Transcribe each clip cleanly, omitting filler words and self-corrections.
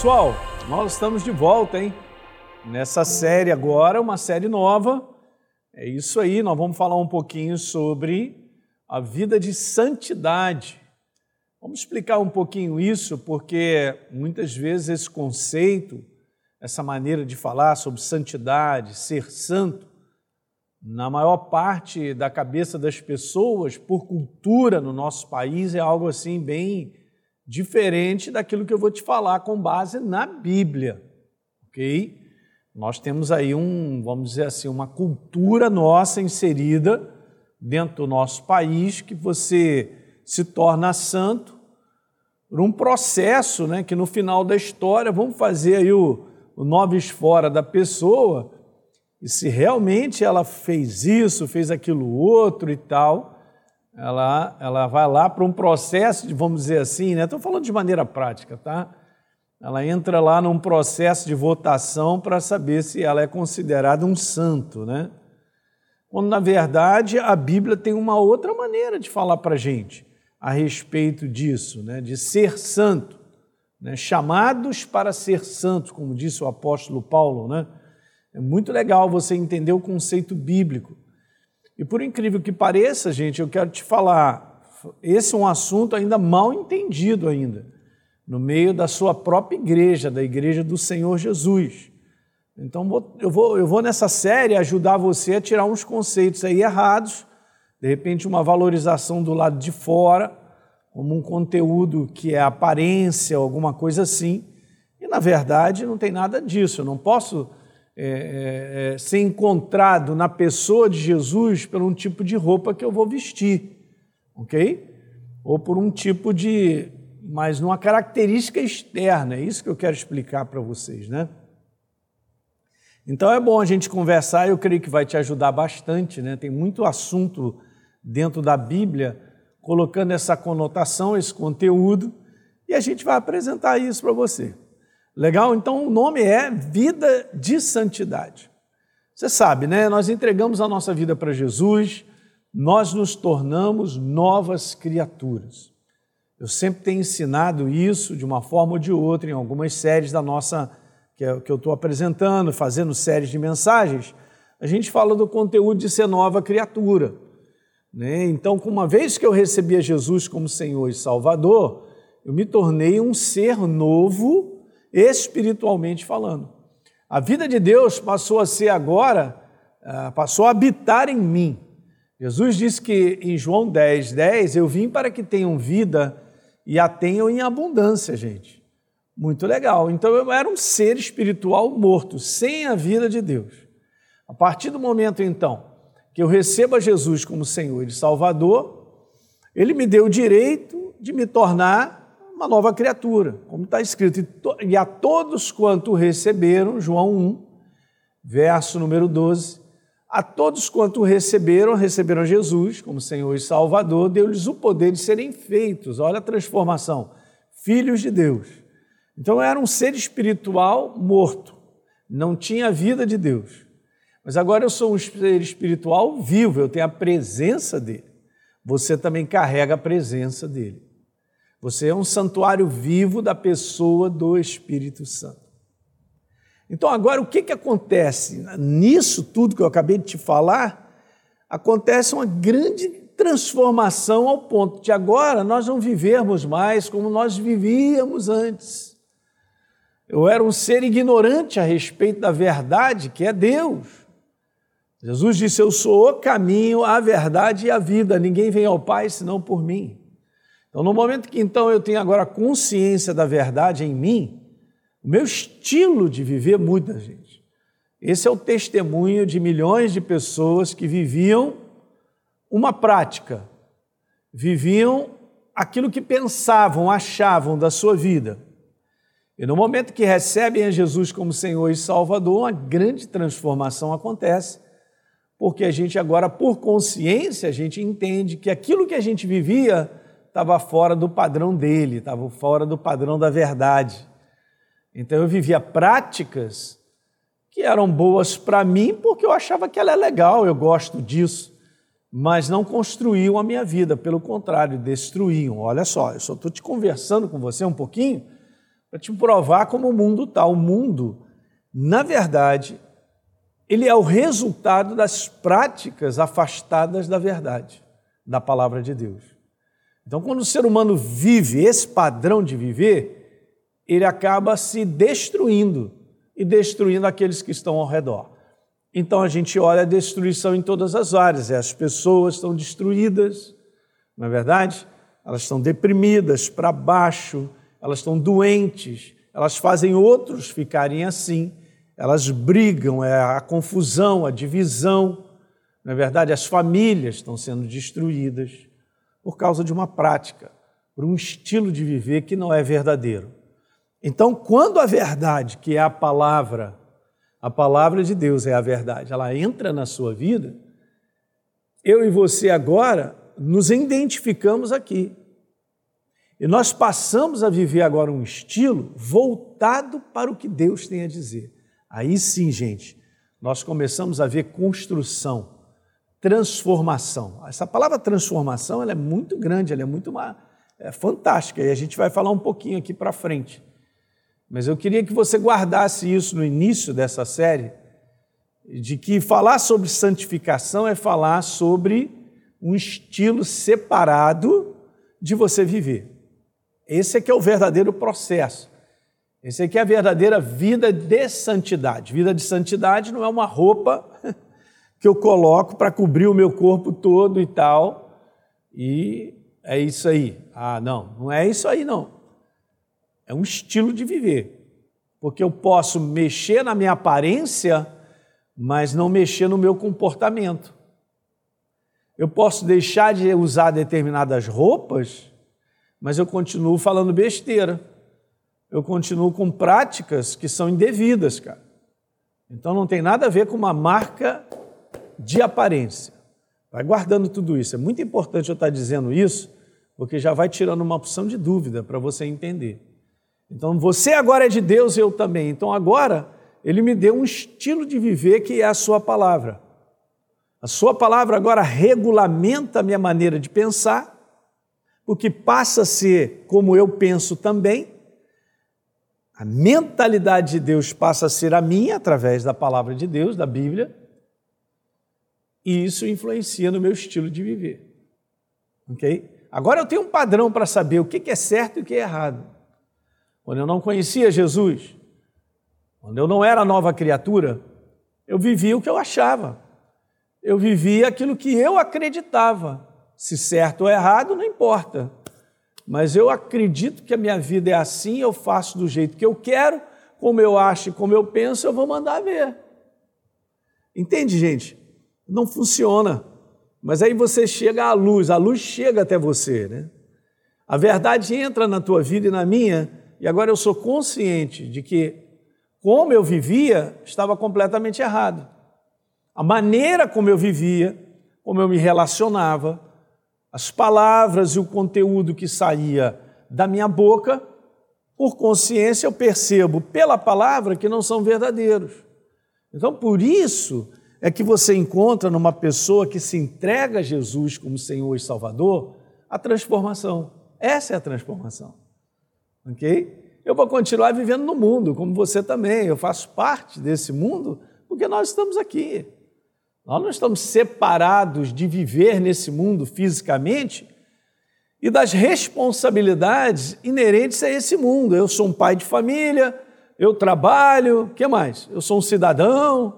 Pessoal, nós estamos de volta, hein? Nessa série agora, uma série nova. É isso aí, nós vamos falar um pouquinho sobre a vida de santidade. Vamos explicar um pouquinho isso, porque muitas vezes esse conceito, essa maneira de falar sobre santidade, ser santo, na maior parte da cabeça das pessoas, por cultura no nosso país, é algo assim bem diferente daquilo que eu vou te falar com base na Bíblia, ok? Nós temos aí vamos dizer assim, uma cultura nossa inserida dentro do nosso país, que você se torna santo por um processo, né, que no final da história, vamos fazer aí o nobis fora da pessoa, e se realmente ela fez isso, fez aquilo outro e tal, ela vai lá para um processo de, vamos dizer assim, né? Estou falando de maneira prática, tá? Ela entra lá num processo de votação para saber se ela é considerada um santo, né? Quando, na verdade, a Bíblia tem uma outra maneira de falar para a gente a respeito disso, né? De ser santo, né? Chamados para ser santos, como disse o apóstolo Paulo, né? É muito legal você entender o conceito bíblico. E por incrível que pareça, gente, eu quero te falar, esse é um assunto ainda mal entendido ainda, no meio da sua própria igreja, da igreja do Senhor Jesus. Então eu vou nessa série ajudar você a tirar uns conceitos aí errados, de repente uma valorização do lado de fora, como um conteúdo que é aparência, alguma coisa assim, e na verdade não tem nada disso. Eu não posso ser encontrado na pessoa de Jesus por um tipo de roupa que eu vou vestir, ok? Ou por um tipo mas numa característica externa, é isso que eu quero explicar para vocês, né? Então é bom a gente conversar, eu creio que vai te ajudar bastante, né? Tem muito assunto dentro da Bíblia colocando essa conotação, esse conteúdo, e a gente vai apresentar isso para você. Legal? Então o nome é Vida de Santidade. Você sabe, né? Nós entregamos a nossa vida para Jesus, nós nos tornamos novas criaturas. Eu sempre tenho ensinado isso de uma forma ou de outra em algumas séries da nossa, que eu estou apresentando, fazendo séries de mensagens, a gente fala do conteúdo de ser nova criatura, né? Então, uma vez que eu recebi a Jesus como Senhor e Salvador, eu me tornei um ser novo, espiritualmente falando. A vida de Deus passou a ser agora, passou a habitar em mim. Jesus disse que em João 10:10, eu vim para que tenham vida e a tenham em abundância, gente. Muito legal. Então eu era um ser espiritual morto, sem a vida de Deus. A partir do momento, então, que eu recebo a Jesus como Senhor e Salvador, Ele me deu o direito de me tornar uma nova criatura, como está escrito, e a todos quanto receberam, João 1, verso número 12, a todos quanto receberam Jesus como Senhor e Salvador, deu-lhes o poder de serem feitos, olha a transformação, filhos de Deus. Então eu era um ser espiritual morto, não tinha a vida de Deus, mas agora eu sou um ser espiritual vivo, eu tenho a presença dele, você também carrega a presença dele. Você é um santuário vivo da pessoa do Espírito Santo. Então agora o que acontece? Nisso tudo que eu acabei de te falar, acontece uma grande transformação ao ponto de agora nós não vivermos mais como nós vivíamos antes. Eu era um ser ignorante a respeito da verdade que é Deus. Jesus disse, eu sou o caminho, a verdade e a vida, ninguém vem ao Pai senão por mim. Então, no momento que então eu tenho agora consciência da verdade em mim, o meu estilo de viver muda, gente. Esse é o testemunho de milhões de pessoas que viviam uma prática, viviam aquilo que pensavam, achavam da sua vida. E no momento que recebem a Jesus como Senhor e Salvador, uma grande transformação acontece, porque a gente agora, por consciência, a gente entende que aquilo que a gente vivia estava fora do padrão dele, estava fora do padrão da verdade. Então eu vivia práticas que eram boas para mim porque eu achava que ela é legal, eu gosto disso, mas não construíam a minha vida, pelo contrário, destruíam. Olha só, eu só estou te conversando com você um pouquinho para te provar como o mundo está. O mundo, na verdade, ele é o resultado das práticas afastadas da verdade, da palavra de Deus. Então, quando o ser humano vive esse padrão de viver, ele acaba se destruindo e destruindo aqueles que estão ao redor. Então, a gente olha a destruição em todas as áreas. As pessoas estão destruídas, não é verdade? Elas estão deprimidas, para baixo, elas estão doentes, elas fazem outros ficarem assim, elas brigam, é a confusão, a divisão, não é verdade? As famílias estão sendo destruídas por causa de uma prática, por um estilo de viver que não é verdadeiro. Então, quando a verdade, que é a palavra de Deus é a verdade, ela entra na sua vida, eu e você agora nos identificamos aqui. E nós passamos a viver agora um estilo voltado para o que Deus tem a dizer. Aí sim, gente, nós começamos a ver construção, transformação. Essa palavra transformação, ela é muito grande, ela é fantástica, e a gente vai falar um pouquinho aqui para frente. Mas eu queria que você guardasse isso no início dessa série, de que falar sobre santificação é falar sobre um estilo separado de você viver. Esse é que é o verdadeiro processo. Esse aqui é a verdadeira vida de santidade. Vida de santidade não é uma roupa que eu coloco para cobrir o meu corpo todo e tal, e é isso aí. Ah, não é isso aí não. É um estilo de viver, porque eu posso mexer na minha aparência, mas não mexer no meu comportamento. Eu posso deixar de usar determinadas roupas, mas eu continuo falando besteira. Eu continuo com práticas que são indevidas, cara. Então não tem nada a ver com uma marca de aparência. Vai guardando tudo isso. É muito importante eu estar dizendo isso, porque já vai tirando uma opção de dúvida para você entender. Então, você agora é de Deus e eu também. Então, agora, Ele me deu um estilo de viver que é a sua palavra. A sua palavra agora regulamenta a minha maneira de pensar, porque passa a ser como eu penso também. A mentalidade de Deus passa a ser a minha através da palavra de Deus, da Bíblia, e isso influencia no meu estilo de viver. Ok? Agora eu tenho um padrão para saber o que é certo e o que é errado. Quando eu não conhecia Jesus, quando eu não era nova criatura, eu vivia o que eu achava. Eu vivia aquilo que eu acreditava. Se certo ou errado, não importa. Mas eu acredito que a minha vida é assim, eu faço do jeito que eu quero, como eu acho e como eu penso, eu vou mandar ver. Entende, gente? Não funciona. Mas aí você chega à luz, a luz chega até você, né? A verdade entra na tua vida e na minha, e agora eu sou consciente de que, como eu vivia, estava completamente errado. A maneira como eu vivia, como eu me relacionava, as palavras e o conteúdo que saía da minha boca, por consciência eu percebo pela palavra que não são verdadeiros. Então, por isso é que você encontra numa pessoa que se entrega a Jesus como Senhor e Salvador, a transformação. Essa é a transformação. Ok? Eu vou continuar vivendo no mundo, como você também. Eu faço parte desse mundo porque nós estamos aqui. Nós não estamos separados de viver nesse mundo fisicamente e das responsabilidades inerentes a esse mundo. Eu sou um pai de família, eu trabalho, o que mais? Eu sou um cidadão,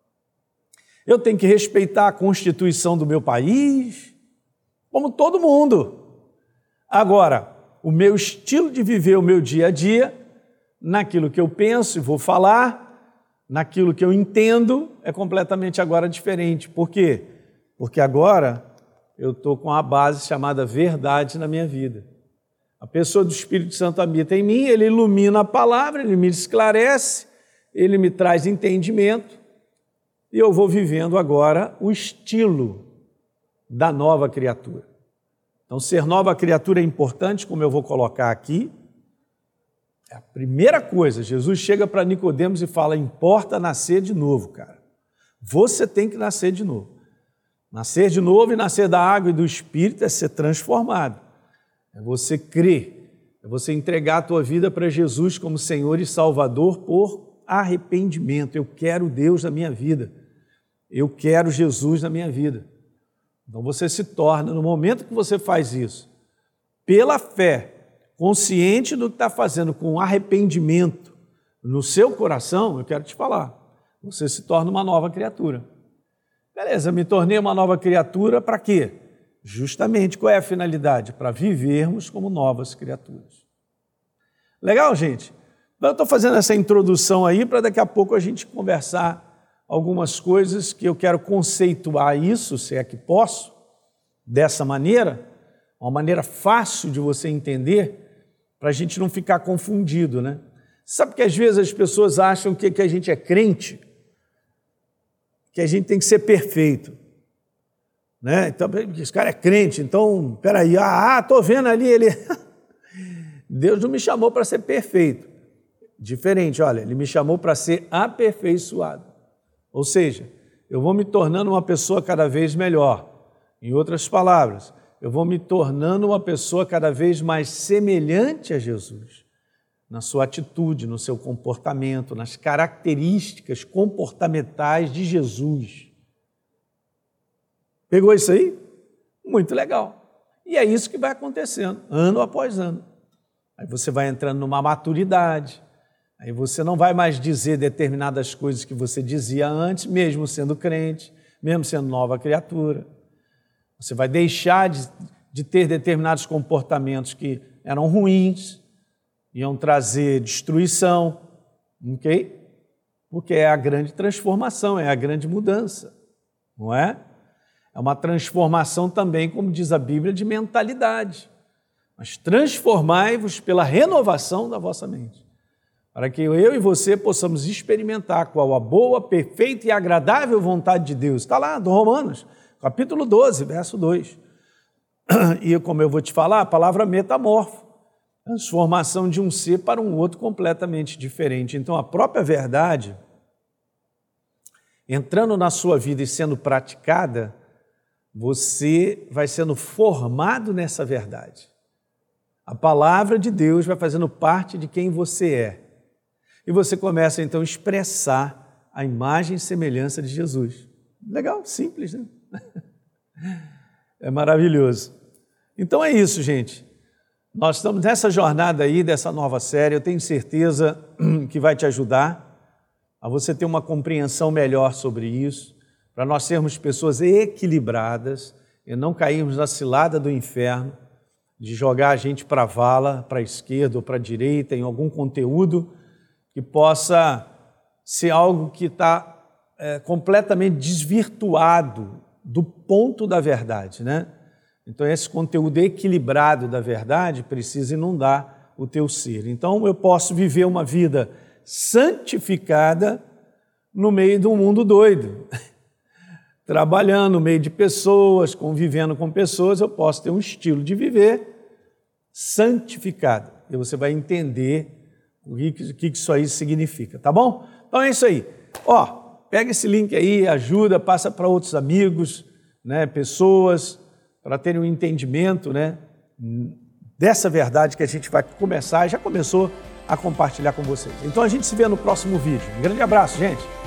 eu tenho que respeitar a Constituição do meu país, como todo mundo. Agora, o meu estilo de viver o meu dia a dia, naquilo que eu penso e vou falar, naquilo que eu entendo, é completamente agora diferente. Por quê? Porque agora eu estou com a base chamada verdade na minha vida. A pessoa do Espírito Santo habita em mim, ele ilumina a palavra, ele me esclarece, ele me traz entendimento, e eu vou vivendo agora o estilo da nova criatura. Então, ser nova criatura é importante, como eu vou colocar aqui. É a primeira coisa, Jesus chega para Nicodemos e fala, importa nascer de novo, cara. Você tem que nascer de novo. Nascer de novo e nascer da água e do Espírito é ser transformado. É você crer É você entregar a tua vida para Jesus como Senhor e Salvador por arrependimento. Eu quero Deus na minha vida. Eu quero Jesus na minha vida. Então você se torna, no momento que você faz isso, pela fé, consciente do que está fazendo, com arrependimento no seu coração, eu quero te falar, você se torna uma nova criatura. Beleza, me tornei uma nova criatura para quê? Justamente, qual é a finalidade? Para vivermos como novas criaturas. Legal, gente? Então, eu estou fazendo essa introdução aí para daqui a pouco a gente conversar algumas coisas que eu quero conceituar isso, se é que posso, dessa maneira, uma maneira fácil de você entender, para a gente não ficar confundido, né? Sabe que às vezes as pessoas acham que a gente é crente, que a gente tem que ser perfeito, né? Então, esse cara é crente, então, peraí, estou vendo ali ele... Deus não me chamou para ser perfeito. Diferente, olha, Ele me chamou para ser aperfeiçoado. Ou seja, eu vou me tornando uma pessoa cada vez melhor. Em outras palavras, eu vou me tornando uma pessoa cada vez mais semelhante a Jesus, na sua atitude, no seu comportamento, nas características comportamentais de Jesus. Pegou isso aí? Muito legal. E é isso que vai acontecendo, ano após ano. Aí você vai entrando numa maturidade, aí você não vai mais dizer determinadas coisas que você dizia antes, mesmo sendo crente, mesmo sendo nova criatura. Você vai deixar de ter determinados comportamentos que eram ruins, iam trazer destruição, ok? Porque é a grande transformação, é a grande mudança, não é? É uma transformação também, como diz a Bíblia, de mentalidade. Mas transformai-vos pela renovação da vossa mente, para que eu e você possamos experimentar qual a boa, perfeita e agradável vontade de Deus. Está lá, do Romanos, capítulo 12, verso 2. E como eu vou te falar, a palavra metamorfo, transformação de um ser para um outro completamente diferente. Então, a própria verdade, entrando na sua vida e sendo praticada, você vai sendo formado nessa verdade. A palavra de Deus vai fazendo parte de quem você é. E você começa, então, a expressar a imagem e semelhança de Jesus. Legal, simples, né? É maravilhoso. Então é isso, gente. Nós estamos nessa jornada aí, dessa nova série. Eu tenho certeza que vai te ajudar a você ter uma compreensão melhor sobre isso, para nós sermos pessoas equilibradas e não cairmos na cilada do inferno, de jogar a gente para a vala, para a esquerda ou para a direita, em algum conteúdo que possa ser algo que está completamente desvirtuado do ponto da verdade, né? Então, esse conteúdo equilibrado da verdade precisa inundar o teu ser. Então, eu posso viver uma vida santificada no meio de um mundo doido. Trabalhando no meio de pessoas, convivendo com pessoas, eu posso ter um estilo de viver santificado. E você vai entender o que isso aí significa, tá bom? Então é isso aí. Pega esse link aí, ajuda, passa para outros amigos, né, pessoas, para terem um entendimento, né, dessa verdade que a gente vai começar, já começou a compartilhar com vocês. Então a gente se vê no próximo vídeo. Um grande abraço, gente!